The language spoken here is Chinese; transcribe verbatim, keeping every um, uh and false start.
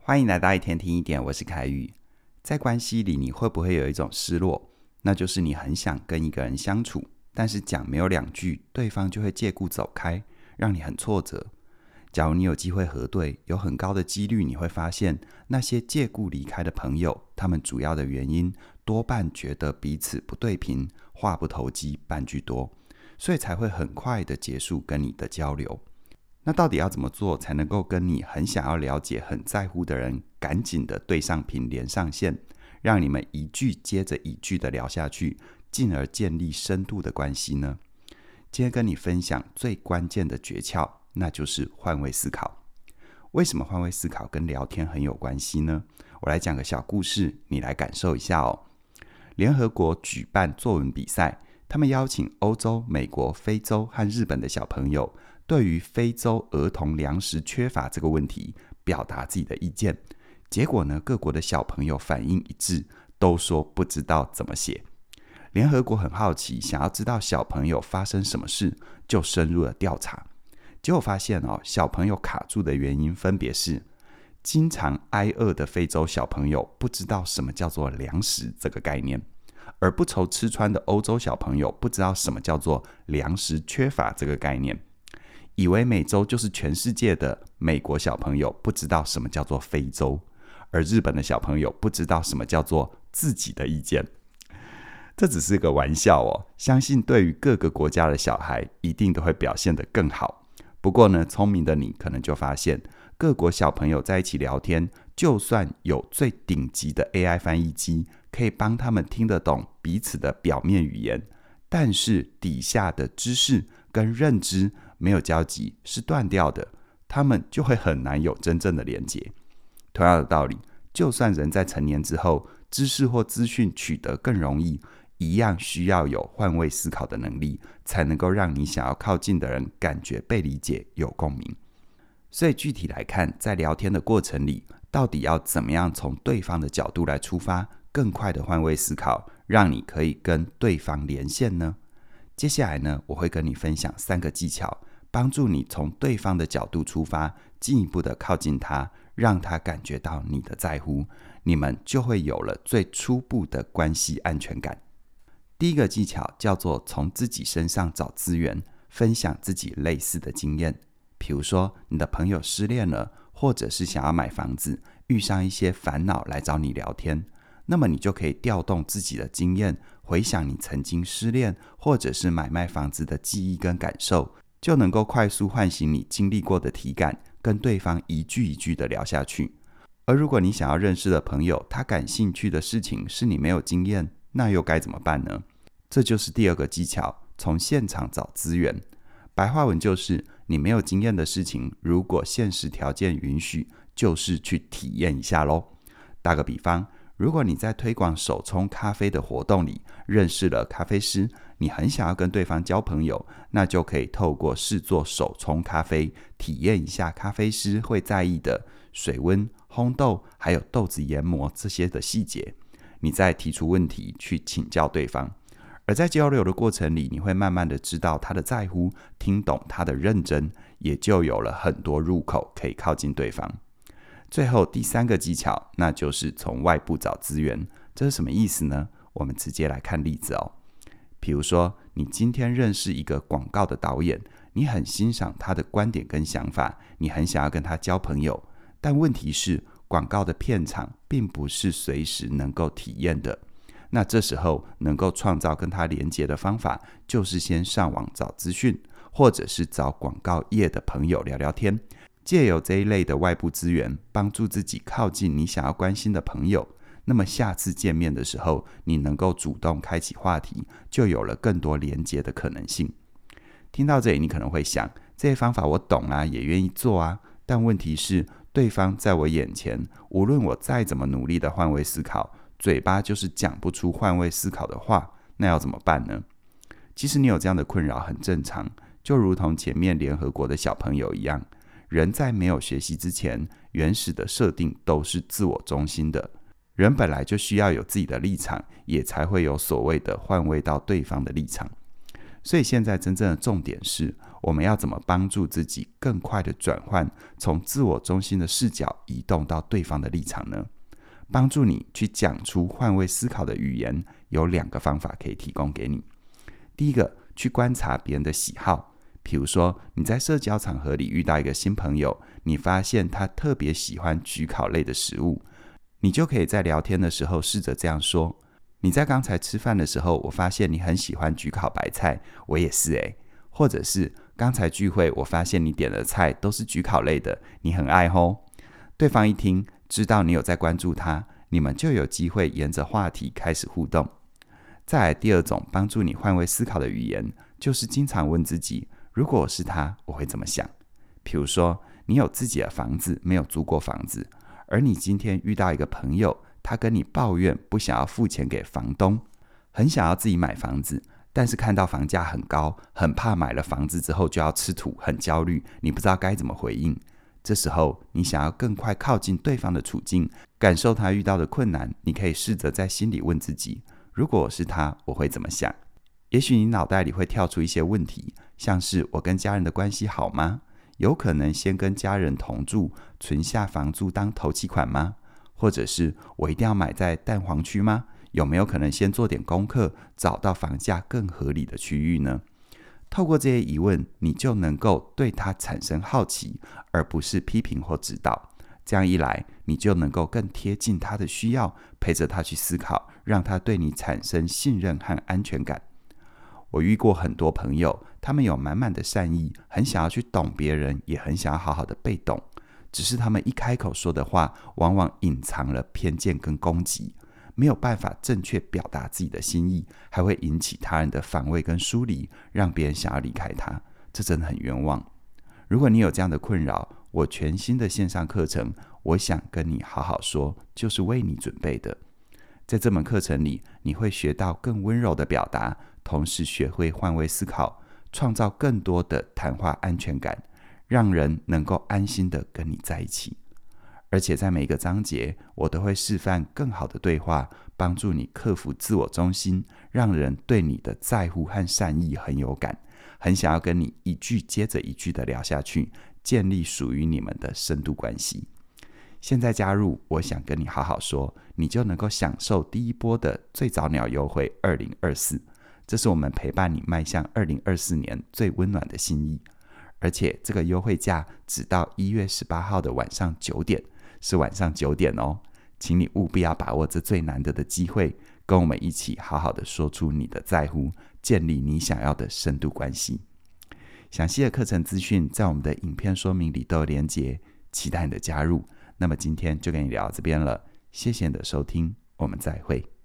欢迎来到一天听一点，我是凯宇。在关系里，你会不会有一种失落？那就是你很想跟一个人相处，但是讲没有两句，对方就会借故走开，让你很挫折。假如你有机会核对，有很高的几率你会发现，那些借故离开的朋友，他们主要的原因多半觉得彼此不对频，话不投机半句多，所以才会很快的结束跟你的交流。那到底要怎么做才能够跟你很想要了解、很在乎的人赶紧的对上频、连上线，让你们一句接着一句的聊下去，进而建立深度的关系呢？今天跟你分享最关键的诀窍，那就是换位思考。为什么换位思考跟聊天很有关系呢？我来讲个小故事，你来感受一下哦。联合国举办作文比赛，他们邀请欧洲、美国、非洲和日本的小朋友对于非洲儿童粮食缺乏这个问题表达自己的意见。结果呢，各国的小朋友反应一致，都说不知道怎么写。联合国很好奇，想要知道小朋友发生什么事，就深入了调查。结果发现哦，小朋友卡住的原因分别是：经常挨饿的非洲小朋友不知道什么叫做粮食这个概念，而不愁吃穿的欧洲小朋友不知道什么叫做粮食缺乏这个概念。以为美洲就是全世界的美国小朋友不知道什么叫做非洲，而日本的小朋友不知道什么叫做自己的意见。这只是个玩笑哦，相信对于各个国家的小孩一定都会表现得更好。不过呢，聪明的你可能就发现，各国小朋友在一起聊天，就算有最顶级的 A I 翻译机可以帮他们听得懂彼此的表面语言，但是底下的知识跟认知没有交集，是断掉的，他们就会很难有真正的连结。同样的道理，就算人在成年之后，知识或资讯取得更容易，一样需要有换位思考的能力，才能够让你想要靠近的人感觉被理解、有共鸣。所以具体来看，在聊天的过程里，到底要怎么样从对方的角度来出发，更快的换位思考，让你可以跟对方连线呢？接下来呢，我会跟你分享三个技巧，帮助你从对方的角度出发，进一步的靠近他，让他感觉到你的在乎，你们就会有了最初步的关系安全感。第一个技巧叫做从自己身上找资源，分享自己类似的经验。比如说，你的朋友失恋了，或者是想要买房子，遇上一些烦恼来找你聊天，那么你就可以调动自己的经验，回想你曾经失恋或者是买卖房子的记忆跟感受，就能够快速唤醒你经历过的体感，跟对方一句一句的聊下去。而如果你想要认识的朋友，他感兴趣的事情是你没有经验，那又该怎么办呢？这就是第二个技巧，从现场找资源。白话文就是，你没有经验的事情，如果现实条件允许，就是去体验一下咯。打个比方，如果你在推广手冲咖啡的活动里认识了咖啡师，你很想要跟对方交朋友，那就可以透过试做手冲咖啡，体验一下咖啡师会在意的水温、烘豆还有豆子研磨这些的细节，你再提出问题去请教对方。而在交流的过程里，你会慢慢的知道他的在乎，听懂他的认真，也就有了很多入口可以靠近对方。最后第三个技巧，那就是从外部找资源。这是什么意思呢？我们直接来看例子哦。比如说，你今天认识一个广告的导演，你很欣赏他的观点跟想法，你很想要跟他交朋友，但问题是，广告的片场并不是随时能够体验的。那这时候能够创造跟他连结的方法，就是先上网找资讯，或者是找广告业的朋友聊聊天，借由这一类的外部资源，帮助自己靠近你想要关心的朋友。那么下次见面的时候，你能够主动开启话题，就有了更多连结的可能性。听到这里，你可能会想，这些方法我懂啊，也愿意做啊，但问题是，对方在我眼前，无论我再怎么努力的换位思考，嘴巴就是讲不出换位思考的话，那要怎么办呢？其实你有这样的困扰很正常，就如同前面联合国的小朋友一样，人在没有学习之前，原始的设定都是自我中心的。人本来就需要有自己的立场，也才会有所谓的换位到对方的立场。所以现在真正的重点是， 我们要怎么帮助自己更快的转换，从自我中心的视角移动到对方的立场呢？帮助你去讲出换位思考的语言，有两个方法可以提供给你。第一个，去观察别人的喜好，比如说你在社交场合里遇到一个新朋友，你发现他特别喜欢焗烤类的食物，你就可以在聊天的时候试着这样说：你在刚才吃饭的时候，我发现你很喜欢焗烤白菜，我也是耶。或者是刚才聚会，我发现你点的菜都是焗烤类的，你很爱吼。对方一听，知道你有在关注他，你们就有机会沿着话题开始互动。再来第二种帮助你换位思考的语言，就是经常问自己，如果我是他，我会怎么想？比如说，你有自己的房子，没有租过房子，而你今天遇到一个朋友，他跟你抱怨不想要付钱给房东，很想要自己买房子，但是看到房价很高，很怕买了房子之后就要吃土，很焦虑，你不知道该怎么回应。这时候你想要更快靠近对方的处境，感受他遇到的困难，你可以试着在心里问自己，如果我是他，我会怎么想？也许你脑袋里会跳出一些问题，像是我跟家人的关系好吗？有可能先跟家人同住，存下房租当头期款吗？或者是我一定要买在蛋黄区吗？有没有可能先做点功课，找到房价更合理的区域呢？透过这些疑问，你就能够对他产生好奇，而不是批评或指导。这样一来，你就能够更贴近他的需要，陪着他去思考，让他对你产生信任和安全感。我遇过很多朋友，他们有满满的善意，很想要去懂别人，也很想要好好的被懂，只是他们一开口说的话，往往隐藏了偏见跟攻击，没有办法正确表达自己的心意，还会引起他人的反胃跟疏离，让别人想要离开他，这真的很冤枉。如果你有这样的困扰，我全新的线上课程，我想跟你好好说，就是为你准备的。在这门课程里，你会学到更温柔的表达，同时学会换位思考，创造更多的谈话安全感，让人能够安心的跟你在一起。而且在每个章节，我都会示范更好的对话，帮助你克服自我中心，让人对你的在乎和善意很有感，很想要跟你一句接着一句的聊下去，建立属于你们的深度关系。现在加入，我想跟你好好说，你就能够享受第一波的最早鸟优惠二零二四，这是我们陪伴你迈向二零二四年最温暖的心意。而且这个优惠价只到一月十八号的晚上九点，是晚上九点哦，请你务必要把握这最难得的机会，跟我们一起好好的说出你的在乎，建立你想要的深度关系。详细的课程资讯在我们的影片说明里都有连结，期待你的加入。那么今天就跟你聊到这边了，谢谢你的收听，我们再会。